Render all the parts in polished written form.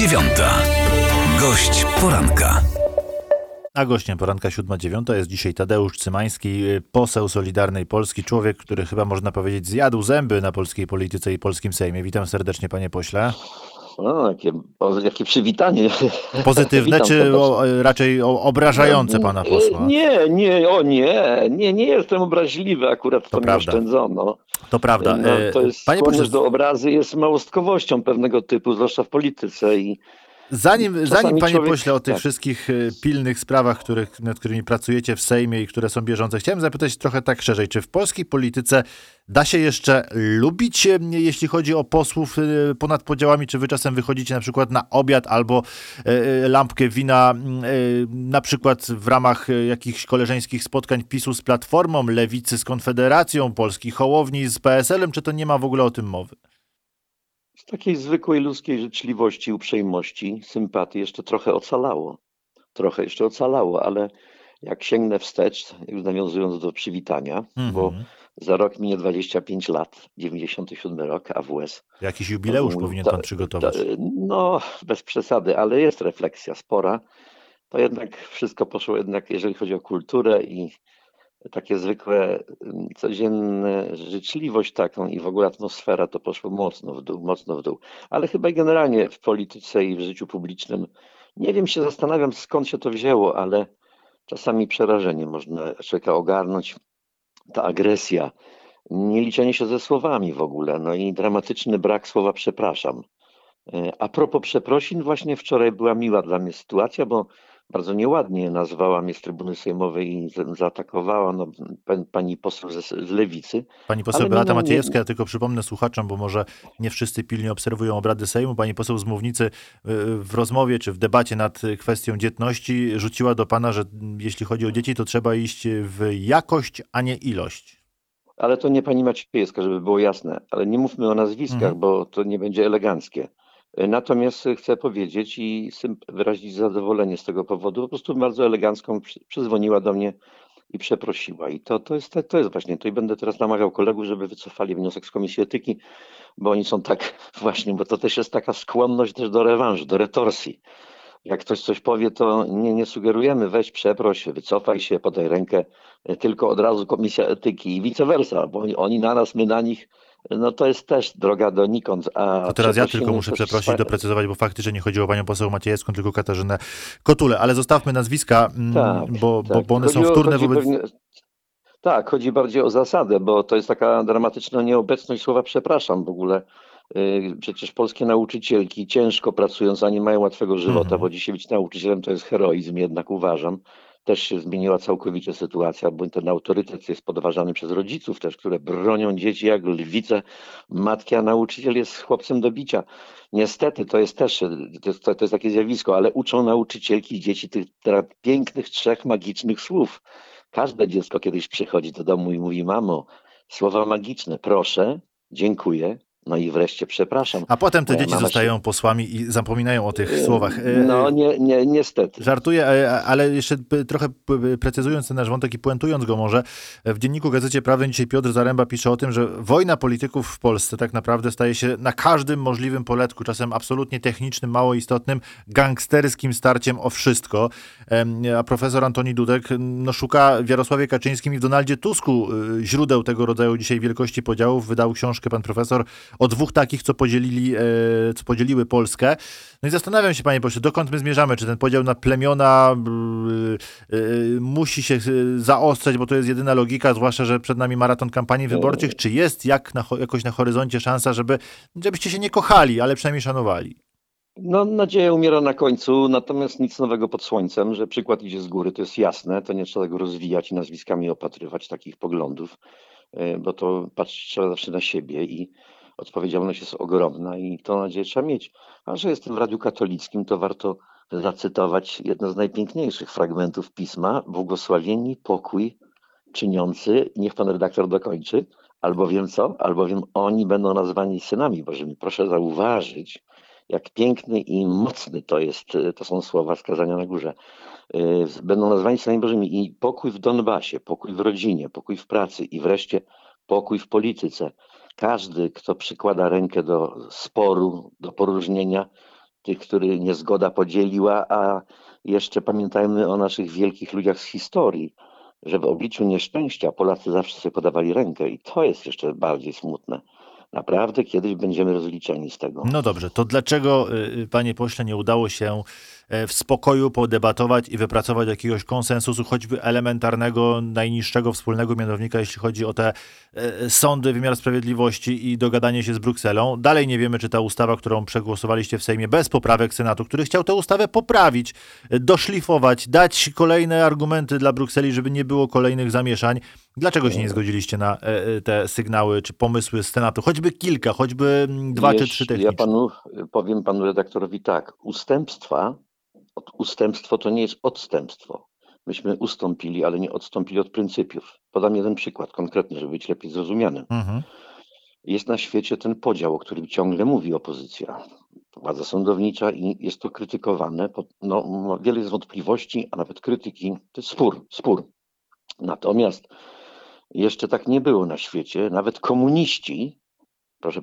7:09. Gość poranka. A gościem poranka 7:09 jest dzisiaj Tadeusz Cymański, poseł Solidarnej Polski, człowiek, który chyba można powiedzieć zjadł zęby na polskiej polityce i polskim Sejmie. Witam serdecznie, panie pośle. No, jakie przywitanie. Pozytywne czy raczej obrażające pana posła? Nie jestem obraźliwy, akurat to mi oszczędzono. To prawda. To jest skłonność do obrazy jest małostkowością pewnego typu, zwłaszcza w polityce. Zanim panie pośle, o tych wszystkich pilnych sprawach, nad którymi pracujecie w Sejmie i które są bieżące, chciałem zapytać trochę tak szerzej, czy w polskiej polityce da się jeszcze lubić, jeśli chodzi o posłów ponad podziałami, czy wy czasem wychodzicie na przykład na obiad albo lampkę wina, na przykład w ramach jakichś koleżeńskich spotkań PiS-u z Platformą, Lewicy z Konfederacją, Polskich Hołowni z PSL-em, czy to nie ma w ogóle o tym mowy? Z takiej zwykłej ludzkiej życzliwości, uprzejmości, sympatii jeszcze trochę ocalało, ale jak sięgnę wstecz, już nawiązując do przywitania, bo za rok minie 25 lat, 97 rok, AWS. Jakiś jubileusz powinien pan przygotować. No, bez przesady, ale jest refleksja spora. To jednak wszystko poszło jeżeli chodzi o kulturę i takie zwykłe, codzienne życzliwość taką i w ogóle atmosfera, to poszło mocno w dół. Ale chyba generalnie w polityce i w życiu publicznym, nie wiem, się zastanawiam, skąd się to wzięło, ale czasami przerażenie można człowieka ogarnąć. Ta agresja, nie liczenie się ze słowami w ogóle, no i dramatyczny brak słowa przepraszam. A propos przeprosin, właśnie wczoraj była miła dla mnie sytuacja, bo bardzo nieładnie nazwała mnie z trybuny sejmowej i zaatakowała pani poseł z Lewicy. Pani poseł Beata Maciejewska, ja tylko przypomnę słuchaczom, bo może nie wszyscy pilnie obserwują obrady Sejmu. Pani poseł z mównicy w rozmowie czy w debacie nad kwestią dzietności rzuciła do pana, że jeśli chodzi o dzieci, to trzeba iść w jakość, a nie ilość. Ale to nie pani Maciejewska, żeby było jasne. Ale nie mówmy o nazwiskach, bo to nie będzie eleganckie. Natomiast chcę powiedzieć i wyrazić zadowolenie z tego powodu. Po prostu bardzo elegancko przyzwoniła do mnie i przeprosiła. I to jest właśnie to. I będę teraz namawiał kolegów, żeby wycofali wniosek z Komisji Etyki, bo oni są tak właśnie, bo to też jest taka skłonność też do rewanżu, do retorsji. Jak ktoś coś powie, to nie sugerujemy, weź przeproś, wycofaj się, podaj rękę, tylko od razu Komisja Etyki i vice versa, bo oni na nas, my na nich. No to jest też droga donikąd. To teraz ja tylko muszę przeprosić, doprecyzować, bo faktycznie nie chodziło o panią poseł Maciejewską, tylko Katarzynę Kotulę. Ale zostawmy nazwiska, bo one są wtórne wobec... Tak, chodzi bardziej o zasadę, bo to jest taka dramatyczna nieobecność słowa przepraszam w ogóle. Przecież polskie nauczycielki ciężko pracując, a nie mają łatwego żywota, bo dzisiaj być nauczycielem to jest heroizm, jednak uważam. Też się zmieniła całkowicie sytuacja, bo ten autorytet jest podważany przez rodziców też, które bronią dzieci jak lwice matki, a nauczyciel jest chłopcem do bicia. Niestety to jest też to jest takie zjawisko, ale uczą nauczycielki dzieci tych pięknych 3 magicznych słów. Każde dziecko kiedyś przychodzi do domu i mówi: mamo, słowa magiczne, proszę, dziękuję. No i wreszcie przepraszam. A potem te dzieci zostają posłami i zapominają o tych słowach. No niestety. Żartuję, ale jeszcze trochę precyzując ten nasz wątek i puentując go może, w dzienniku Gazecie Prawnej dzisiaj Piotr Zaręba pisze o tym, że wojna polityków w Polsce tak naprawdę staje się na każdym możliwym poletku, czasem absolutnie technicznym, mało istotnym, gangsterskim starciem o wszystko. A profesor Antoni Dudek szuka w Jarosławie Kaczyńskim i w Donaldzie Tusku źródeł tego rodzaju dzisiaj wielkości podziałów. Wydał książkę pan profesor o 2 takich, co podzieliły Polskę. No i zastanawiam się, panie pośle, dokąd my zmierzamy? Czy ten podział na plemiona musi się zaostrzać, bo to jest jedyna logika, zwłaszcza, że przed nami maraton kampanii wyborczych. Czy jest jakoś na horyzoncie szansa, żebyście się nie kochali, ale przynajmniej szanowali? No, nadzieja umiera na końcu, natomiast nic nowego pod słońcem, że przykład idzie z góry, to jest jasne, to nie trzeba tego rozwijać i nazwiskami opatrywać takich poglądów, bo to trzeba zawsze na siebie i odpowiedzialność jest ogromna i to nadzieję trzeba mieć. A że jestem w Radiu Katolickim, to warto zacytować jedno z najpiękniejszych fragmentów pisma: błogosławieni pokój czyniący, niech pan redaktor dokończy, albowiem co? Albowiem oni będą nazwani synami Bożymi. Proszę zauważyć, jak piękny i mocny to są słowa wskazania na górze. Będą nazwani synami Bożymi i pokój w Donbasie, pokój w rodzinie, pokój w pracy i wreszcie pokój w polityce. Każdy, kto przykłada rękę do sporu, do poróżnienia, tych, który niezgoda podzieliła, a jeszcze pamiętajmy o naszych wielkich ludziach z historii, że w obliczu nieszczęścia Polacy zawsze sobie podawali rękę i to jest jeszcze bardziej smutne. Naprawdę kiedyś będziemy rozliczeni z tego. No dobrze, to dlaczego, panie pośle, nie udało się w spokoju podebatować i wypracować jakiegoś konsensusu, choćby elementarnego, najniższego wspólnego mianownika, jeśli chodzi o te sądy, wymiar sprawiedliwości i dogadanie się z Brukselą? Dalej nie wiemy, czy ta ustawa, którą przegłosowaliście w Sejmie bez poprawek Senatu, który chciał tę ustawę poprawić, doszlifować, dać kolejne argumenty dla Brukseli, żeby nie było kolejnych zamieszań. Dlaczego się nie zgodziliście na te sygnały czy pomysły z Senatu? Choćby kilka, choćby 2 czy 3 techniczne. Ja powiem panu redaktorowi tak. Ustępstwo to nie jest odstępstwo. Myśmy ustąpili, ale nie odstąpili od pryncypiów. Podam jeden przykład konkretny, żeby być lepiej zrozumianym. Jest na świecie ten podział, o którym ciągle mówi opozycja. Władza sądownicza i jest to krytykowane. Wiele jest wątpliwości, a nawet krytyki. To jest spór. Natomiast jeszcze tak nie było na świecie. Nawet komuniści, proszę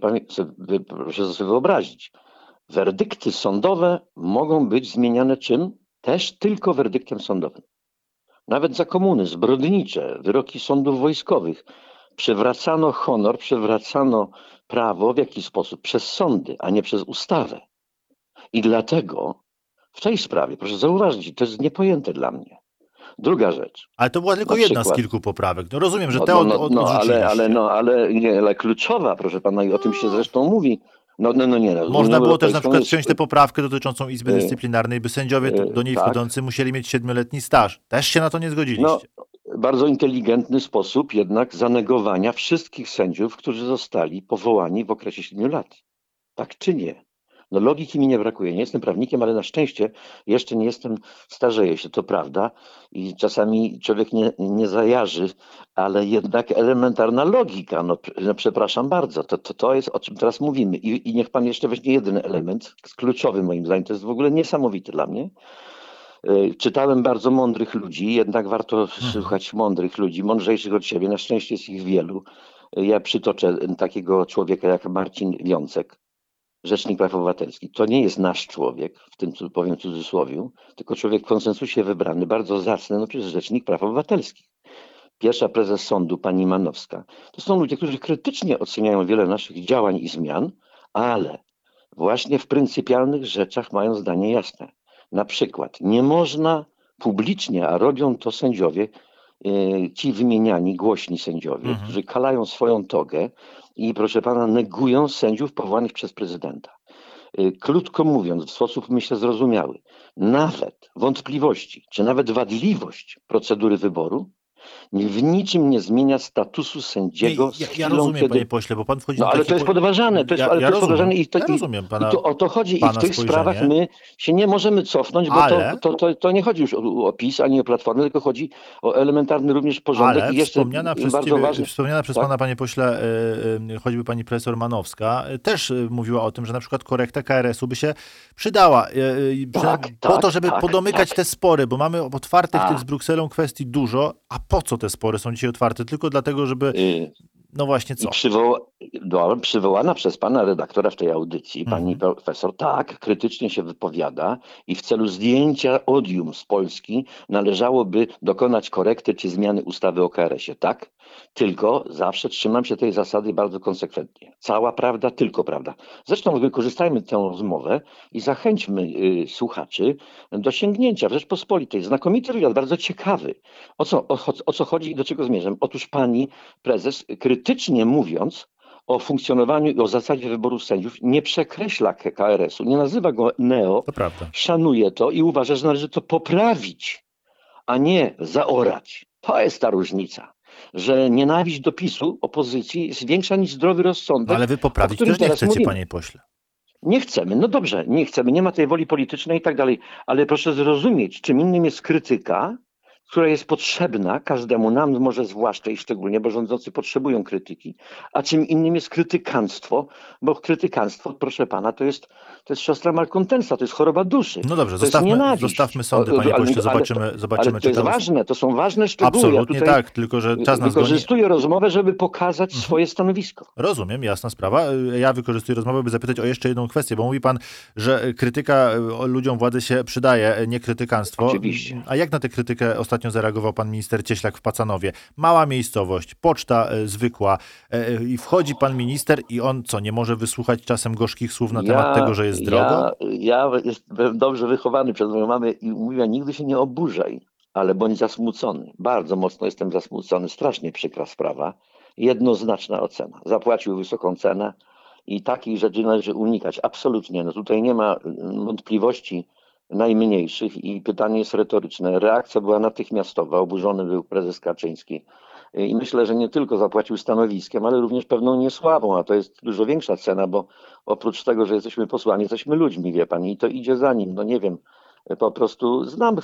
sobie wyobrazić, werdykty sądowe mogą być zmieniane czym? Też tylko werdyktem sądowym. Nawet za komuny, zbrodnicze, wyroki sądów wojskowych. Przywracano honor, przywracano prawo w jaki sposób? Przez sądy, a nie przez ustawę. I dlatego w tej sprawie, proszę zauważyć, to jest niepojęte dla mnie. Druga rzecz. Ale to była tylko jedna z kilku poprawek. No rozumiem, że te odrzuciliście. Ale kluczowa, proszę pana, i o tym się zresztą mówi. Można było też na przykład wziąć tę poprawkę dotyczącą Izby Dyscyplinarnej, by sędziowie do niej wchodzący musieli mieć 7-letni staż. Też się na to nie zgodziliście. Bardzo inteligentny sposób jednak zanegowania wszystkich sędziów, którzy zostali powołani w okresie 7 lat. Tak czy nie? Logiki mi nie brakuje. Nie jestem prawnikiem, ale na szczęście jeszcze nie jestem, starzeję się, to prawda. I czasami człowiek nie zajarzy, ale jednak elementarna logika. Przepraszam bardzo, to jest o czym teraz mówimy. I niech pan jeszcze weźmie jeden element, kluczowy moim zdaniem, to jest w ogóle niesamowity dla mnie. Czytałem bardzo mądrych ludzi, jednak warto słuchać mądrych ludzi, mądrzejszych od siebie. Na szczęście jest ich wielu. Ja przytoczę takiego człowieka jak Marcin Wiącek, Rzecznik Praw Obywatelskich. To nie jest nasz człowiek, w tym powiem cudzysłowiu, tylko człowiek w konsensusie wybrany, bardzo zacny, przecież Rzecznik Praw Obywatelskich. Pierwsza prezes sądu, pani Manowska. To są ludzie, którzy krytycznie oceniają wiele naszych działań i zmian, ale właśnie w pryncypialnych rzeczach mają zdanie jasne. Na przykład nie można publicznie, a robią to sędziowie, ci wymieniani, głośni sędziowie, którzy kalają swoją togę i proszę pana negują sędziów powołanych przez prezydenta. Krótko mówiąc, w sposób myślę zrozumiały, nawet wątpliwości, czy nawet wadliwość procedury wyboru w niczym nie zmienia statusu sędziego. Ja rozumiem, panie pośle, bo pan wchodzi na ale to jest podważane. To jest podważane i rozumiem pana, i to o to chodzi. I w tych sprawach my się nie możemy cofnąć, bo to nie chodzi już o PiS ani o Platformę, tylko chodzi o elementarny również porządek. Ale i jeszcze wspomniana przez pana, panie pośle, choćby pani profesor Manowska, też mówiła o tym, że na przykład korekta KRS-u by się przydała po to, żeby podomykać te spory, bo mamy otwartych tych z Brukselą kwestii dużo, a po co te spory są dzisiaj otwarte? Tylko dlatego, żeby... No właśnie co? Przywołana przez pana redaktora w tej audycji, pani profesor, krytycznie się wypowiada i w celu zdjęcia odium z Polski należałoby dokonać korekty czy zmiany ustawy o KRS-ie, tak? Tylko zawsze trzymam się tej zasady bardzo konsekwentnie. Cała prawda, tylko prawda. Zresztą wykorzystajmy tę rozmowę i zachęćmy słuchaczy do sięgnięcia w Rzeczpospolitej. Znakomity wywiad, bardzo ciekawy. O co chodzi i do czego zmierzam? Otóż pani prezes krytycznie mówiąc o funkcjonowaniu i o zasadzie wyboru sędziów nie przekreśla KRS-u, nie nazywa go neo, to prawda. Szanuje to i uważa, że należy to poprawić, a nie zaorać. To jest ta różnica, że nienawiść do PiS-u, opozycji jest większa niż zdrowy rozsądek. No ale wy poprawić też nie chcecie, mówimy. panie pośle. Nie chcemy, no dobrze, nie chcemy, nie ma tej woli politycznej i tak dalej, ale proszę zrozumieć, czym innym jest krytyka, która jest potrzebna każdemu, nam może zwłaszcza i szczególnie, bo rządzący potrzebują krytyki, a czym innym jest krytykanstwo, bo krytykanstwo, proszę pana, to jest to jest siostra malkontensa, to jest choroba duszy. No dobrze, to jest nienawiść. zostawmy sądy, panie pośle, zobaczymy. To jest ważne, to są ważne szczegóły. Absolutnie tak, tylko że czas nas goni. Wykorzystuję rozmowę, żeby pokazać swoje stanowisko. Rozumiem, jasna sprawa. Ja wykorzystuję rozmowę, by zapytać o jeszcze jedną kwestię, bo mówi pan, że krytyka ludziom władzy się przydaje, nie krytykanstwo. Oczywiście. A jak na tę krytykę ostatnio zareagował pan minister Cieślak w Pacanowie? Mała miejscowość, poczta zwykła i wchodzi pan minister i on co, nie może wysłuchać czasem gorzkich słów na temat tego, że jest drogo? Ja byłem dobrze wychowany przez moją mamę i mówiła, nigdy się nie oburzaj, ale bądź zasmucony. Bardzo mocno jestem zasmucony, strasznie przykra sprawa. Jednoznaczna ocena. Zapłacił wysoką cenę i takich rzeczy należy unikać. Absolutnie. No tutaj nie ma wątpliwości najmniejszych i pytanie jest retoryczne. Reakcja była natychmiastowa. Oburzony był prezes Kaczyński. I myślę, że nie tylko zapłacił stanowiskiem, ale również pewną niesławą, a to jest dużo większa cena, bo oprócz tego, że jesteśmy posłami, jesteśmy ludźmi, wie pan, i to idzie za nim. No nie wiem, po prostu znam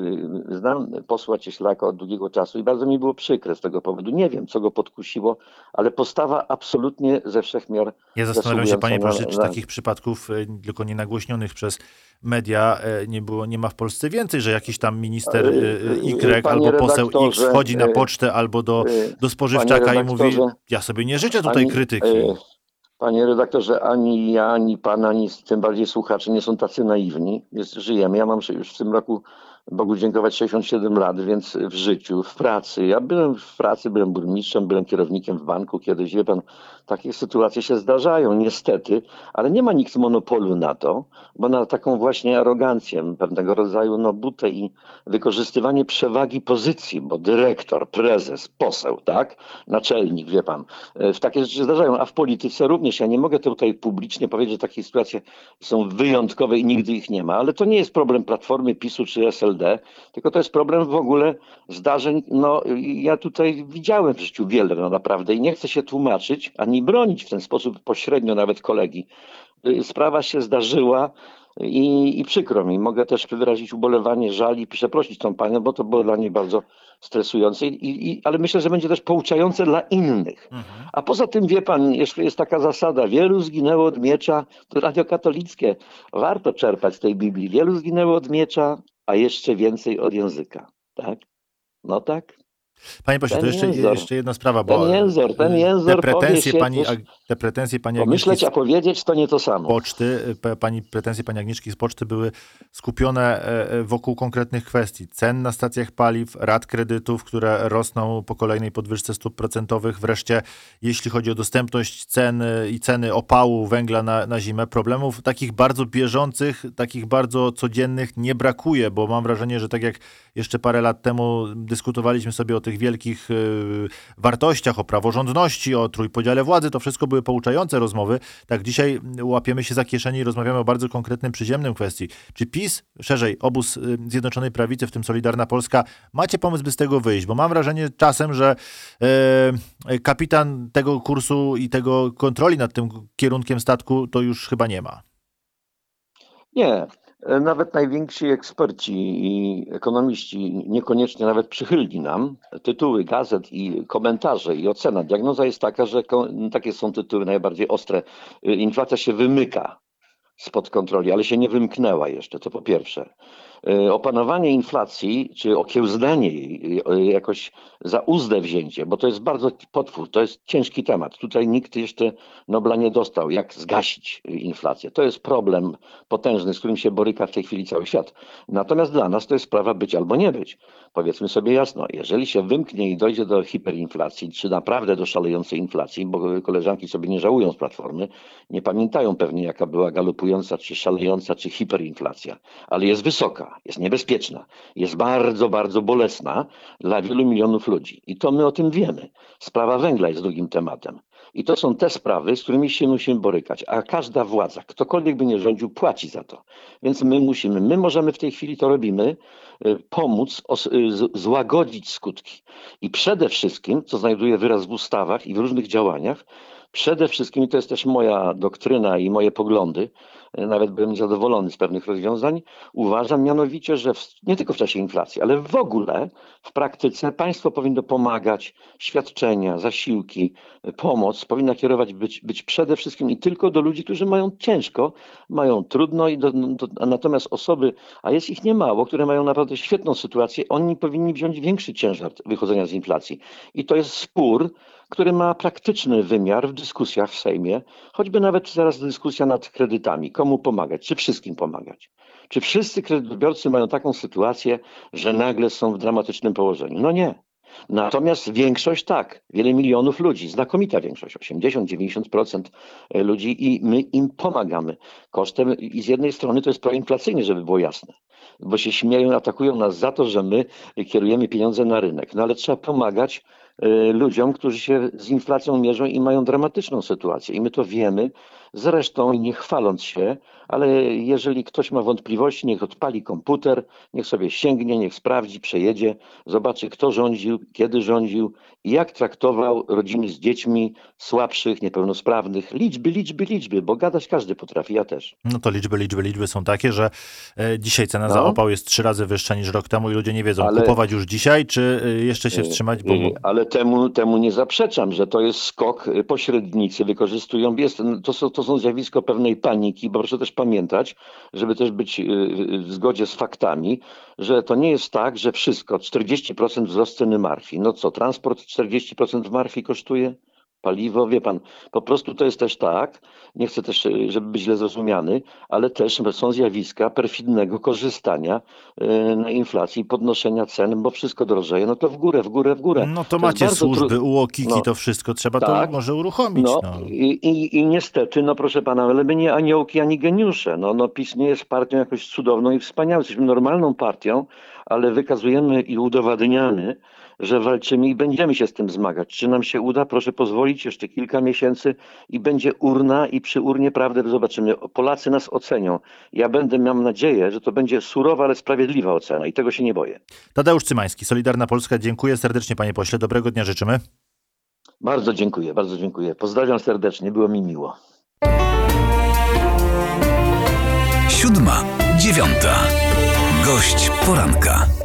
posła Cieślaka od długiego czasu i bardzo mi było przykre z tego powodu. Nie wiem, co go podkusiło, ale postawa absolutnie ze wszech miar. Ja zastanawiam się, panie pośle, czy takich przypadków, tylko nie nagłośnionych przez media, nie ma w Polsce więcej, że jakiś tam minister Y albo poseł X wchodzi na pocztę albo do spożywczaka i mówi, ja sobie nie życzę tutaj krytyki. Panie redaktorze, ani ja, ani pan, ani tym bardziej słuchacze nie są tacy naiwni. Żyjemy. Ja mam już w tym roku, Bogu dziękować, 67 lat, więc w życiu, w pracy. Ja byłem w pracy, byłem burmistrzem, byłem kierownikiem w banku kiedyś. Wie pan, takie sytuacje się zdarzają niestety, ale nie ma nikt monopolu na to, bo na taką właśnie arogancję, pewnego rodzaju butę i wykorzystywanie przewagi pozycji, bo dyrektor, prezes, poseł, tak, naczelnik, wie pan, w takie rzeczy się zdarzają, a w polityce również. Ja nie mogę tutaj publicznie powiedzieć, że takie sytuacje są wyjątkowe i nigdy ich nie ma, ale to nie jest problem Platformy, PiS-u czy SLD, tylko to jest problem w ogóle zdarzeń. Ja tutaj widziałem w życiu wiele naprawdę i nie chcę się tłumaczyć, ani bronić w ten sposób pośrednio nawet kolegi. Sprawa się zdarzyła i przykro mi. Mogę też wyrazić ubolewanie, żal i przeprosić tą panią, bo to było dla niej bardzo stresujące, ale myślę, że będzie też pouczające dla innych. A poza tym, wie pan, jeszcze jest taka zasada, wielu zginęło od miecza, to radio katolickie, warto czerpać z tej Biblii, wielu zginęło od miecza, a jeszcze więcej od języka. Tak? No tak. Panie pośle, to jeszcze jedna sprawa, bo ten jęzor te pretensje pani pomyśleć, a powiedzieć to nie to samo. Pretensje pani Agnieszki z poczty były skupione wokół konkretnych kwestii. Cen na stacjach paliw, rat kredytów, które rosną po kolejnej podwyżce stóp procentowych. Wreszcie, jeśli chodzi o dostępność ceny opału, węgla na zimę, problemów takich bardzo bieżących, takich bardzo codziennych nie brakuje, bo mam wrażenie, że tak jak jeszcze parę lat temu dyskutowaliśmy sobie o tych wielkich wartościach, o praworządności, o trójpodziale władzy, to wszystko były pouczające rozmowy. Tak dzisiaj łapiemy się za kieszeni i rozmawiamy o bardzo konkretnym, przyziemnym kwestii. Czy PiS, szerzej obóz Zjednoczonej Prawicy, w tym Solidarna Polska, macie pomysł, by z tego wyjść? Bo mam wrażenie czasem, że kapitan tego kursu i tego kontroli nad tym kierunkiem statku to już chyba nie ma. Nie. Nawet najwięksi eksperci i ekonomiści niekoniecznie nawet przychylni nam tytuły gazet i komentarze i ocena. Diagnoza jest taka, że takie są tytuły najbardziej ostre. Inflacja się wymyka spod kontroli, ale się nie wymknęła jeszcze, to po pierwsze. Opanowanie inflacji, czy okiełznanie jej, jakoś za uzdę wzięcie, bo to jest bardzo potwór, to jest ciężki temat. Tutaj nikt jeszcze Nobla nie dostał, jak zgasić inflację. To jest problem potężny, z którym się boryka w tej chwili cały świat. Natomiast dla nas to jest sprawa być albo nie być. Powiedzmy sobie jasno, jeżeli się wymknie i dojdzie do hiperinflacji, czy naprawdę do szalejącej inflacji, bo koleżanki sobie nie żałują z Platformy, nie pamiętają pewnie jaka była galopująca, czy szalejąca, czy hiperinflacja, ale jest wysoka, jest niebezpieczna, jest bardzo, bardzo bolesna dla wielu milionów ludzi. I to my o tym wiemy. Sprawa węgla jest drugim tematem. I to są te sprawy, z którymi się musimy borykać. A każda władza, ktokolwiek by nie rządził, płaci za to. Więc my możemy w tej chwili, to robimy, pomóc złagodzić skutki. I przede wszystkim, co znajduje wyraz w ustawach i w różnych działaniach, przede wszystkim, i to jest też moja doktryna i moje poglądy, nawet byłem zadowolony z pewnych rozwiązań. Uważam mianowicie, że nie tylko w czasie inflacji, ale w ogóle w praktyce państwo powinno pomagać, świadczenia, zasiłki, pomoc powinna kierować być przede wszystkim i tylko do ludzi, którzy mają ciężko, mają trudno, natomiast osoby, a jest ich niemało, które mają naprawdę świetną sytuację, oni powinni wziąć większy ciężar wychodzenia z inflacji. I to jest spór, który ma praktyczny wymiar w dyskusjach w Sejmie, choćby nawet zaraz dyskusja nad kredytami. Komu pomagać? Czy wszystkim pomagać? Czy wszyscy kredytobiorcy mają taką sytuację, że nagle są w dramatycznym położeniu? No nie. Natomiast większość tak, wiele milionów ludzi, znakomita większość, 80-90% ludzi i my im pomagamy kosztem i z jednej strony to jest proinflacyjne, żeby było jasne, bo się śmieją, atakują nas za to, że my kierujemy pieniądze na rynek, no ale trzeba pomagać ludziom, którzy się z inflacją mierzą i mają dramatyczną sytuację i my to wiemy, zresztą nie chwaląc się, ale jeżeli ktoś ma wątpliwości, niech odpali komputer, niech sobie sięgnie, niech sprawdzi, przejedzie, zobaczy kto rządził, kiedy rządził i jak traktował rodziny z dziećmi, słabszych, niepełnosprawnych. Liczby, bo gadać każdy potrafi, ja też. No to liczby są takie, że dzisiaj cena za opał jest 3 razy wyższa niż rok temu i ludzie nie wiedzą, kupować już dzisiaj, czy jeszcze się wstrzymać? Ale temu nie zaprzeczam, że to jest skok, pośrednicy wykorzystują, to są zjawisko pewnej paniki, bo proszę też pamiętać, żeby też być w zgodzie z faktami, że to nie jest tak, że wszystko, 40% wzrost ceny marfi. No co, transport 40% w marfi kosztuje? Paliwo, wie pan, po prostu to jest też tak, nie chcę też, żeby być źle zrozumiany, ale też są zjawiska perfidnego korzystania na inflacji, podnoszenia cen, bo wszystko drożeje, no to w górę. No to macie służby, UOKiK-i, to wszystko trzeba tak, to może uruchomić. I niestety, no proszę pana, ale my nie aniołki, ani geniusze, no PiS nie jest partią jakoś cudowną i wspaniałą, jesteśmy normalną partią, ale wykazujemy i udowadniamy, że walczymy i będziemy się z tym zmagać. Czy nam się uda? Proszę pozwolić, jeszcze kilka miesięcy i będzie urna i przy urnie prawdę zobaczymy. Polacy nas ocenią. Mam nadzieję, że to będzie surowa, ale sprawiedliwa ocena i tego się nie boję. Tadeusz Cymański, Solidarna Polska. Dziękuję serdecznie, panie pośle. Dobrego dnia życzymy. Bardzo dziękuję. Pozdrawiam serdecznie, było mi miło. 7:09. Gość poranka.